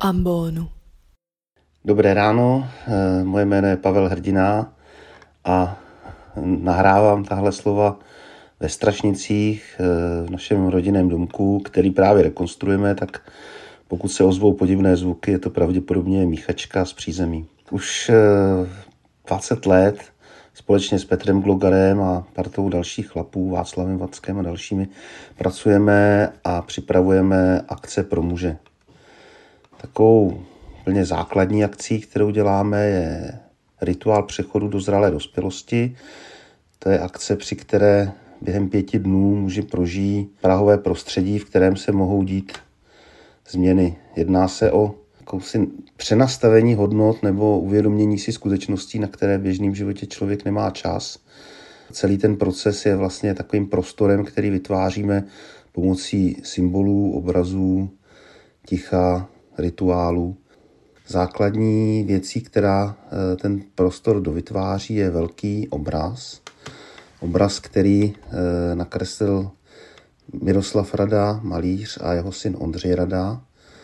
ambonu. Dobré ráno, moje jméno je Pavel Hrdina a nahrávám tahle slova ve Strašnicích, v našem rodinném domku, který právě rekonstruujeme, tak pokud se ozvou podivné zvuky, je to pravděpodobně míchačka z přízemí. Už 20 let společně s Petrem Glogarem a partou dalších chlapů, Václavem Vackem a dalšími, pracujeme a připravujeme akce pro muže. Takovou úplně základní akcí, kterou děláme, je rituál přechodu do zralé dospělosti. To je akce, při které během 5 dnů muži prožijí prahové prostředí, v kterém se mohou dít změny. Jedná se o jakousi přenastavení hodnot nebo uvědomění si skutečností, na které v běžném životě člověk nemá čas. Celý ten proces je vlastně takovým prostorem, který vytváříme pomocí symbolů, obrazů, ticha, rituálů. Základní věcí, která ten prostor dovytváří, je velký obraz. Obraz, který nakreslil Miroslav Rada, malíř, a jeho syn Ondřej Rada.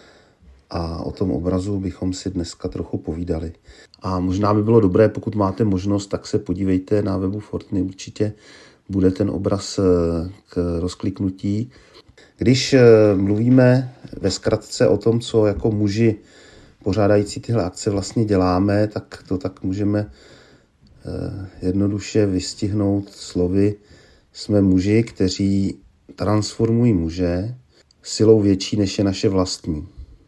A o tom obrazu bychom si dneska trochu povídali. A možná by bylo dobré, pokud máte možnost, tak se podívejte na webu Fortny. Určitě bude ten obraz k rozkliknutí. Když mluvíme ve zkratce o tom, co jako muži pořádající tyhle akce vlastně děláme, tak to tak můžeme jednoduše vystihnout slovy: jsme muži, kteří transformují muže silou větší, než je naše vlastní.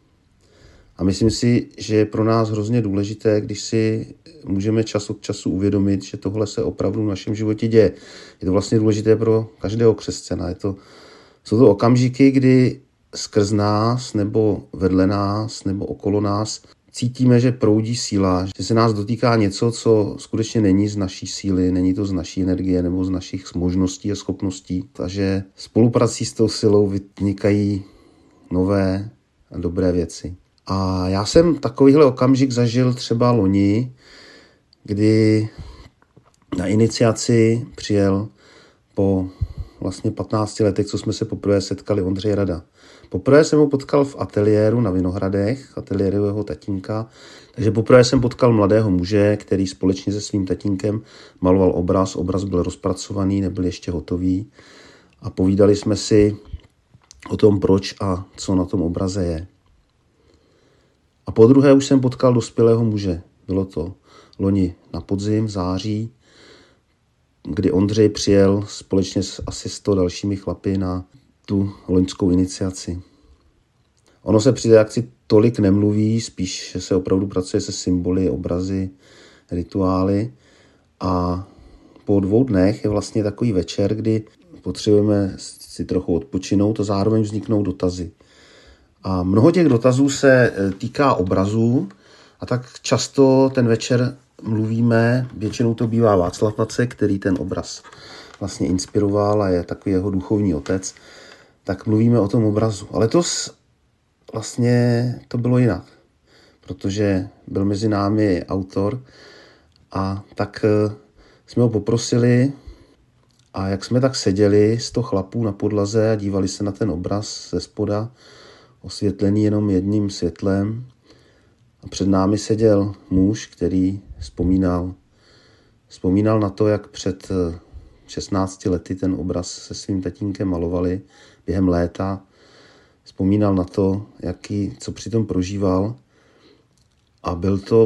A myslím si, že je pro nás hrozně důležité, když si můžeme čas od času uvědomit, že tohle se opravdu v našem životě děje. Je to vlastně důležité pro každého křesťana. Jsou to okamžiky, kdy skrz nás, nebo vedle nás, nebo okolo nás cítíme, že proudí síla, že se nás dotýká něco, co skutečně není z naší síly, není to z naší energie nebo z našich možností a schopností. Takže spoluprací s tou silou vynikají nové a dobré věci. A já jsem takovýhle okamžik zažil třeba loni, kdy na iniciaci přijel po vlastně 15 letech, co jsme se poprvé setkali, Ondřej Rada. Poprvé jsem ho potkal v ateliéru na Vinohradech, ateliéru jeho tatínka. Takže poprvé jsem potkal mladého muže, který společně se svým tatínkem maloval obraz. Obraz byl rozpracovaný, nebyl ještě hotový. A povídali jsme si o tom, proč a co na tom obraze je. A podruhé už jsem potkal dospělého muže. Bylo to loni na podzim, v září, kdy Ondřej přijel společně s asi 100 dalšími chlapy na tu loňskou iniciaci. Ono se při té akci tolik nemluví, spíš se opravdu pracuje se symboly, obrazy, rituály. A po 2 dnech je vlastně takový večer, kdy potřebujeme si trochu odpočinout a zároveň vzniknou dotazy. A mnoho těch dotazů se týká obrazů, a tak často ten večer mluvíme, většinou to bývá Václav Vacek, který ten obraz vlastně inspiroval a je takový jeho duchovní otec, tak mluvíme o tom obrazu. Ale vlastně to bylo jinak, protože byl mezi námi autor, a tak jsme ho poprosili, a jak jsme tak seděli 100 chlapů na podlaze a dívali se na ten obraz ze spoda, osvětlený jenom jedním světlem, a před námi seděl muž, který vzpomínal na to, jak před 16 lety ten obraz se svým tatínkem malovali během léta. Vzpomínal na to, co přitom prožíval. A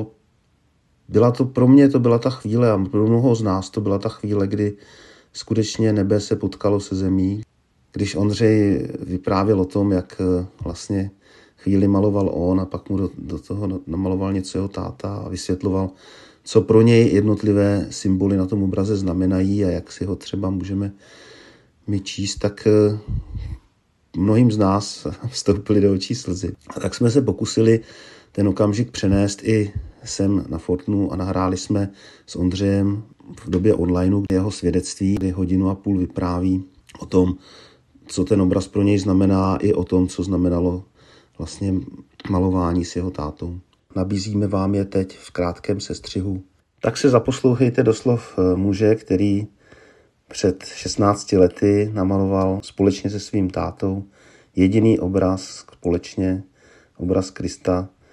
pro mě to byla ta chvíle, a pro mnoho z nás to byla ta chvíle, kdy skutečně nebe se potkalo se zemí. Když Ondřej vyprávěl o tom, jak vlastně chvíli maloval on a pak mu do toho namaloval něco jeho táta a vysvětloval, co pro něj jednotlivé symboly na tom obraze znamenají a jak si ho třeba můžeme my číst, tak mnohým z nás vstoupily do očí slzy. A tak jsme se pokusili ten okamžik přenést i sem na Fortnu a nahráli jsme s Ondřejem v době onlineu jeho svědectví, kdy 1,5 hodiny vypráví o tom, co ten obraz pro něj znamená, i o tom, co znamenalo vlastně malování s jeho tátou. Nabízíme vám je teď v krátkém sestřihu. Tak se zaposlouchejte do slov muže, který před 16 lety namaloval společně se svým tátou jediný obraz společně, obraz Krista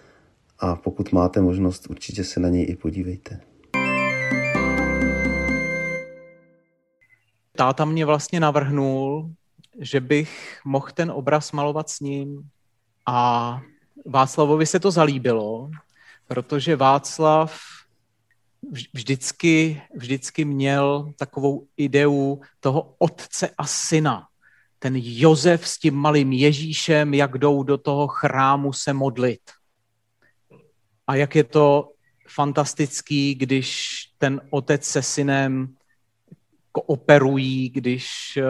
a pokud máte možnost, určitě se na něj i podívejte. Táta mě vlastně navrhnul, že bych mohl ten obraz malovat s ním a Václavovi se to zalíbilo, protože Václav vždycky měl takovou ideu toho otce a syna. Ten Josef s tím malým Ježíšem, jak jdou do toho chrámu se modlit. A jak je to fantastický, když ten otec se synem kooperují, když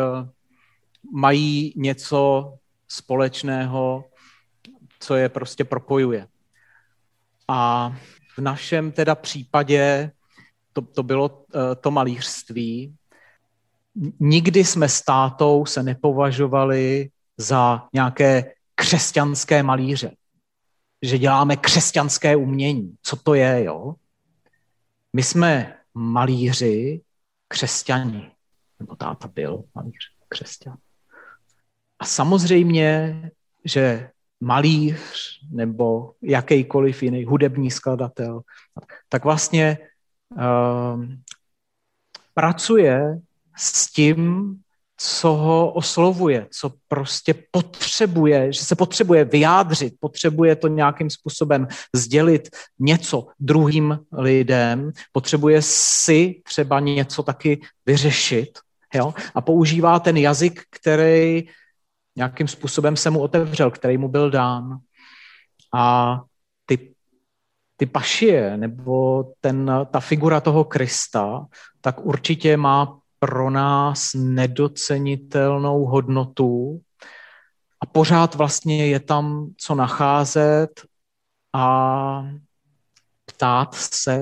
mají něco společného, co je prostě propojuje. A v našem teda případě to bylo to malířství. Nikdy jsme s tátou se nepovažovali za nějaké křesťanské malíře. Že děláme křesťanské umění. Co to je, jo? My jsme malíři, křesťani. Nebo táta byl malíř, křesťan. A samozřejmě, že malíř nebo jakýkoliv jiný hudební skladatel, tak vlastně pracuje s tím, co ho oslovuje, co prostě potřebuje, že se potřebuje vyjádřit, potřebuje to nějakým způsobem sdělit něco druhým lidem, potřebuje si třeba něco taky vyřešit, jo? A používá ten jazyk, který nějakým způsobem se mu otevřel, který mu byl dán. A ty pašie nebo ta figura toho Krista, tak určitě má pro nás nedocenitelnou hodnotu a pořád vlastně je tam co nacházet a ptát se.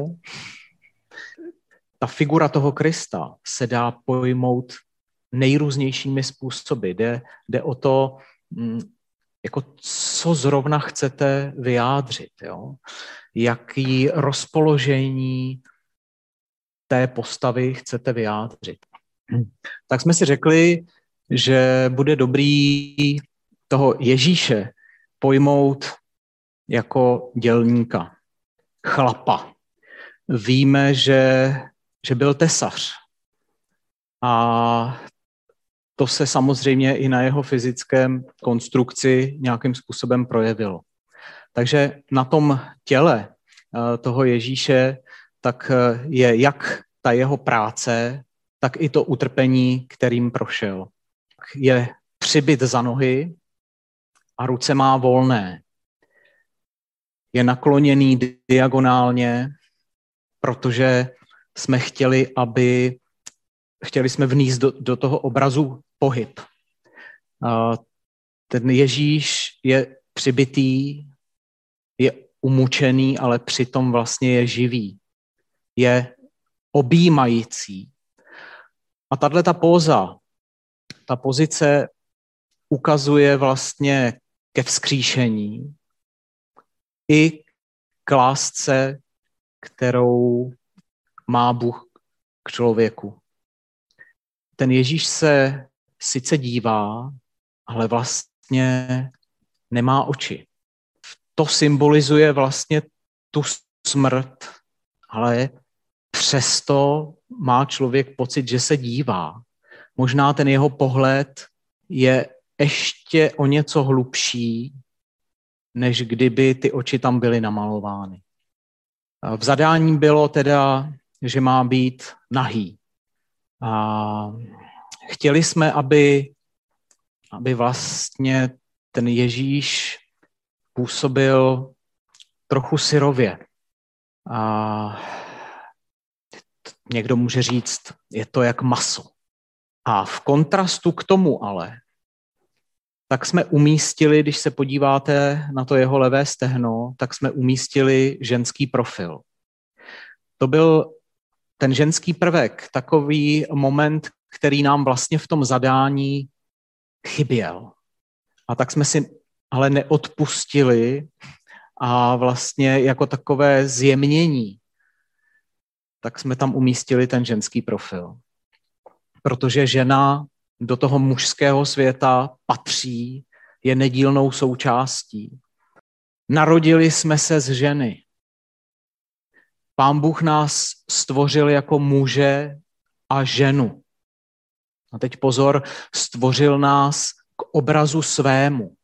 Ta figura toho Krista se dá pojmout nejrůznějšími způsoby. Jde o to, jako co zrovna chcete vyjádřit, jo? Jaký rozpoložení té postavy chcete vyjádřit. Tak jsme si řekli, že bude dobrý toho Ježíše pojmout jako dělníka, chlapa. Víme, že byl tesař. A to se samozřejmě i na jeho fyzickém konstrukci nějakým způsobem projevilo. Takže na tom těle toho Ježíše tak je jak ta jeho práce, tak i to utrpení, kterým prošel. Je přibit za nohy a ruce má volné. Je nakloněný diagonálně, protože jsme chtěli jsme vníst do toho obrazu pohyb. Ten Ježíš je přibitý, je umučený, ale přitom vlastně je živý. Je objímající. A tato póza, ta pozice ukazuje vlastně ke vzkříšení i k lásce, kterou má Bůh k člověku. Ten Ježíš se sice dívá, ale vlastně nemá oči. To symbolizuje vlastně tu smrt, ale přesto má člověk pocit, že se dívá. Možná ten jeho pohled je ještě o něco hlubší, než kdyby ty oči tam byly namalovány. V zadání bylo teda, že má být nahý. A chtěli jsme, aby vlastně ten Ježíš působil trochu syrově. A někdo může říct, je to jak maso. A v kontrastu k tomu ale, tak jsme umístili, když se podíváte na to jeho levé stehno, tak jsme umístili ženský profil. To byl ten ženský prvek, takový moment, který nám vlastně v tom zadání chyběl. A tak jsme si ale neodpustili a vlastně jako takové zjemnění, tak jsme tam umístili ten ženský profil. Protože žena do toho mužského světa patří, je nedílnou součástí. Narodili jsme se z ženy. Pán Bůh nás stvořil jako muže a ženu. A teď pozor, stvořil nás k obrazu svému.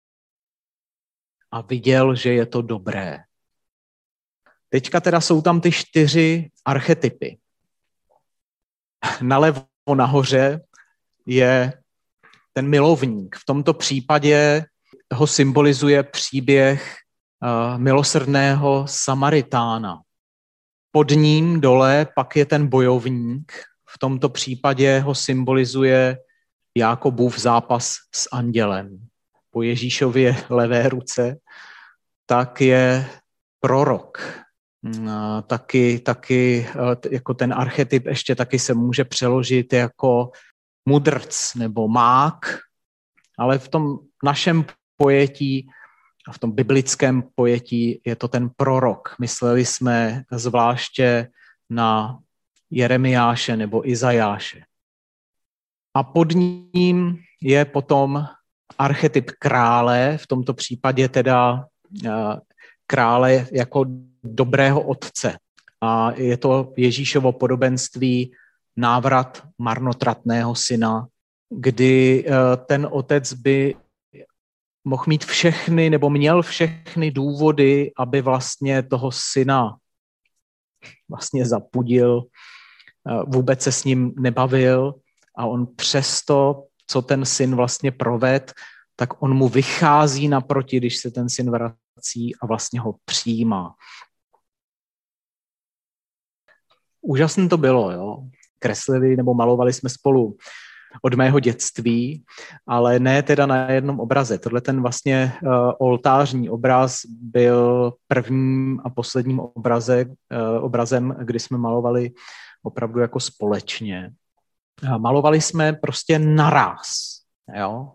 A viděl, že je to dobré. Teďka teda jsou tam ty 4 archetypy. Nalevo nahoře je ten milovník. V tomto případě ho symbolizuje příběh milosrdného Samaritána. Pod ním dole pak je ten bojovník. V tomto případě ho symbolizuje Jákobův zápas s andělem. Po Ježíšově levé ruce tak je prorok. Taky jako ten archetyp ještě taky se může přeložit jako mudrc nebo mák, ale v tom našem pojetí, v tom biblickém pojetí je to ten prorok. Mysleli jsme zvláště na Jeremiáše nebo Izajáše. A pod ním je potom archetyp krále, v tomto případě teda krále jako dobrého otce. A je to Ježíšovo podobenství návrat marnotratného syna, kdy ten otec by mohl mít všechny, nebo měl všechny důvody, aby vlastně toho syna vlastně zapudil, vůbec se s ním nebavil a on přesto, co ten syn vlastně proved, tak on mu vychází naproti, když se ten syn vrací a vlastně ho přijímá. Úžasné to bylo, jo. Kreslili nebo malovali jsme spolu od mého dětství, ale ne teda na jednom obraze. Tohle ten vlastně oltářní obraz byl prvním a posledním obrazem, kdy jsme malovali opravdu jako společně. Malovali jsme prostě naráz, jo.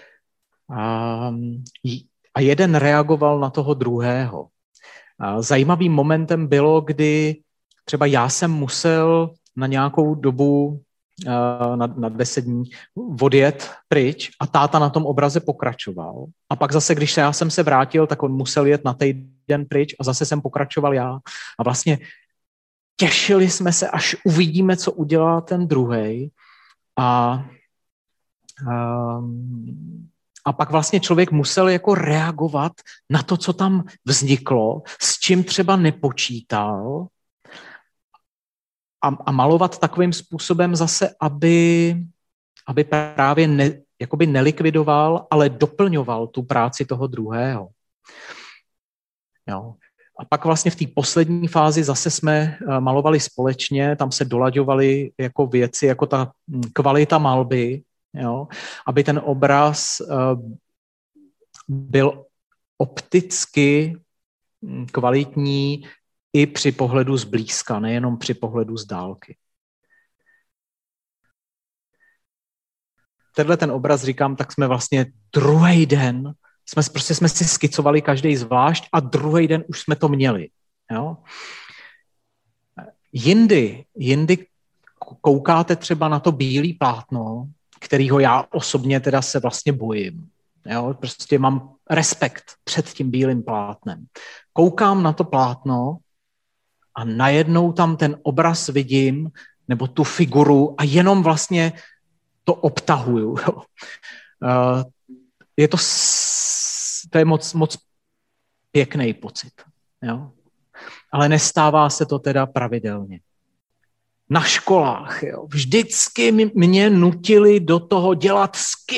A jeden reagoval na toho druhého. Zajímavým momentem bylo, kdy třeba já jsem musel na nějakou dobu, na 10 dní, odjet pryč a táta na tom obraze pokračoval. A pak zase, když já jsem se vrátil, tak on musel jet na týden pryč a zase jsem pokračoval já. A vlastně těšili jsme se, až uvidíme, co udělá ten druhej. A pak vlastně člověk musel jako reagovat na to, co tam vzniklo, s čím třeba nepočítal a malovat takovým způsobem zase, aby právě jakoby nelikvidoval, ale doplňoval tu práci toho druhého. Jo. A pak vlastně v té poslední fázi zase jsme malovali společně, tam se dolaďovaly jako věci, jako ta kvalita malby, jo, aby ten obraz byl opticky kvalitní i při pohledu zblízka, nejenom při pohledu z dálky. Tenhle ten obraz, říkám, tak jsme vlastně druhý den, jsme si skicovali každý zvlášť a druhý den už jsme to měli. Jo? Jindy koukáte třeba na to bílé plátno, kterýho já osobně teda se vlastně bojím. Jo? Prostě mám respekt před tím bílým plátnem. Koukám na to plátno a najednou tam ten obraz vidím, nebo tu figuru a jenom vlastně to obtahuju. Jo? To je moc pěkný pocit. Jo? Ale nestává se to teda pravidelně. Na školách, jo? Vždycky mě nutili do toho dělat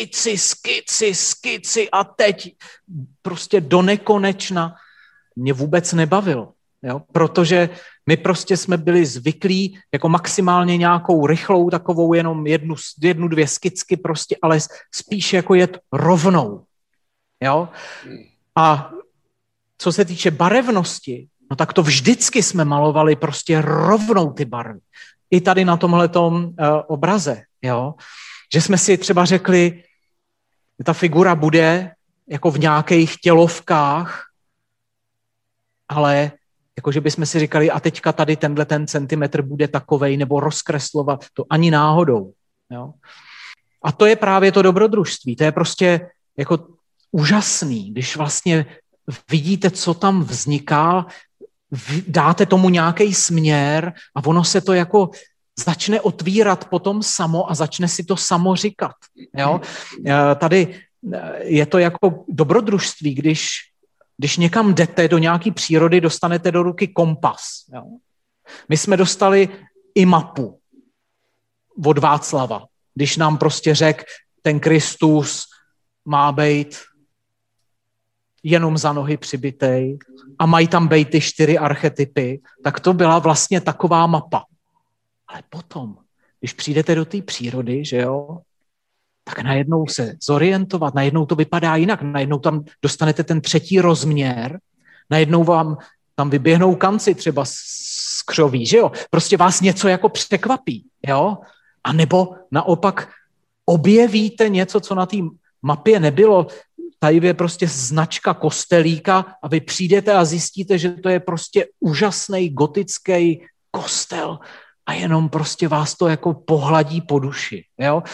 skici a teď prostě do nekonečna mě vůbec nebavilo. Jo? Protože my prostě jsme byli zvyklí jako maximálně nějakou rychlou takovou jenom jednu, dvě skicky prostě, ale spíš jako jet rovnou. Jo? A co se týče barevnosti, no tak to vždycky jsme malovali prostě rovnou ty barvy. I tady na tomhletom obraze, jo? Že jsme si třeba řekli, že ta figura bude jako v nějakých tělovkách, ale jakože bychom si říkali, a teďka tady ten centimetr bude takovej, nebo rozkreslovat, to ani náhodou. Jo? A to je právě to dobrodružství, to je prostě jako úžasný, když vlastně vidíte, co tam vzniká, dáte tomu nějaký směr a ono se to jako začne otvírat potom samo a začne si to samo říkat. Jo? Tady je to jako dobrodružství, když někam jdete do nějaké přírody, dostanete do ruky kompas. Jo? My jsme dostali i mapu od Václava, když nám prostě řekl, ten Kristus má být jenom za nohy přibitej a mají tam být ty 4 archetypy, tak to byla vlastně taková mapa. Ale potom, když přijdete do té přírody, že jo, tak najednou se zorientovat, najednou to vypadá jinak, najednou tam dostanete ten 3. rozměr, najednou vám tam vyběhnou kanci třeba z křoví, že jo, prostě vás něco jako překvapí, jo, a nebo naopak objevíte něco, co na té mapě nebylo. Tady je prostě značka kostelíka a vy přijdete a zjistíte, že to je prostě úžasný gotický kostel a jenom prostě vás to jako pohladí po duši. Jo?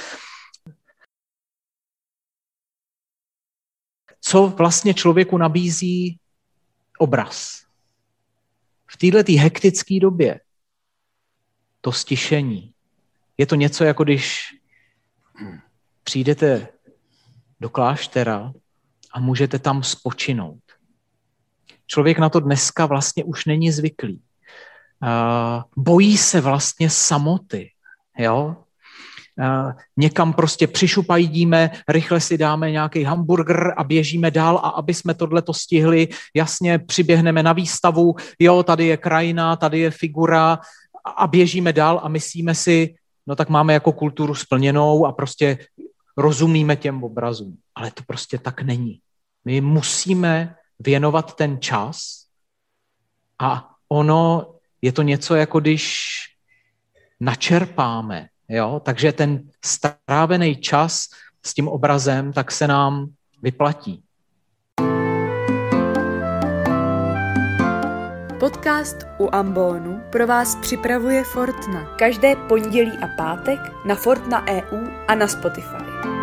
Co vlastně člověku nabízí obraz? V této hektické době to stišení. Je to něco, jako když přijdete do kláštera a můžete tam spočinout. Člověk na to dneska vlastně už není zvyklý. Bojí se vlastně samoty. Jo? Někam prostě přišupajdíme, rychle si dáme nějaký hamburger a běžíme dál a aby jsme tohleto stihli, jasně přiběhneme na výstavu, jo, tady je krajina, tady je figura a běžíme dál a myslíme si, no tak máme jako kulturu splněnou a prostě rozumíme těm obrazům. Ale to prostě tak není. My musíme věnovat ten čas a ono je to něco, jako když načerpáme. Jo? Takže ten strávený čas s tím obrazem, tak se nám vyplatí. Podcast u Ambonu pro vás připravuje Fortna. Každé pondělí a pátek na Fortna EU a na Spotify.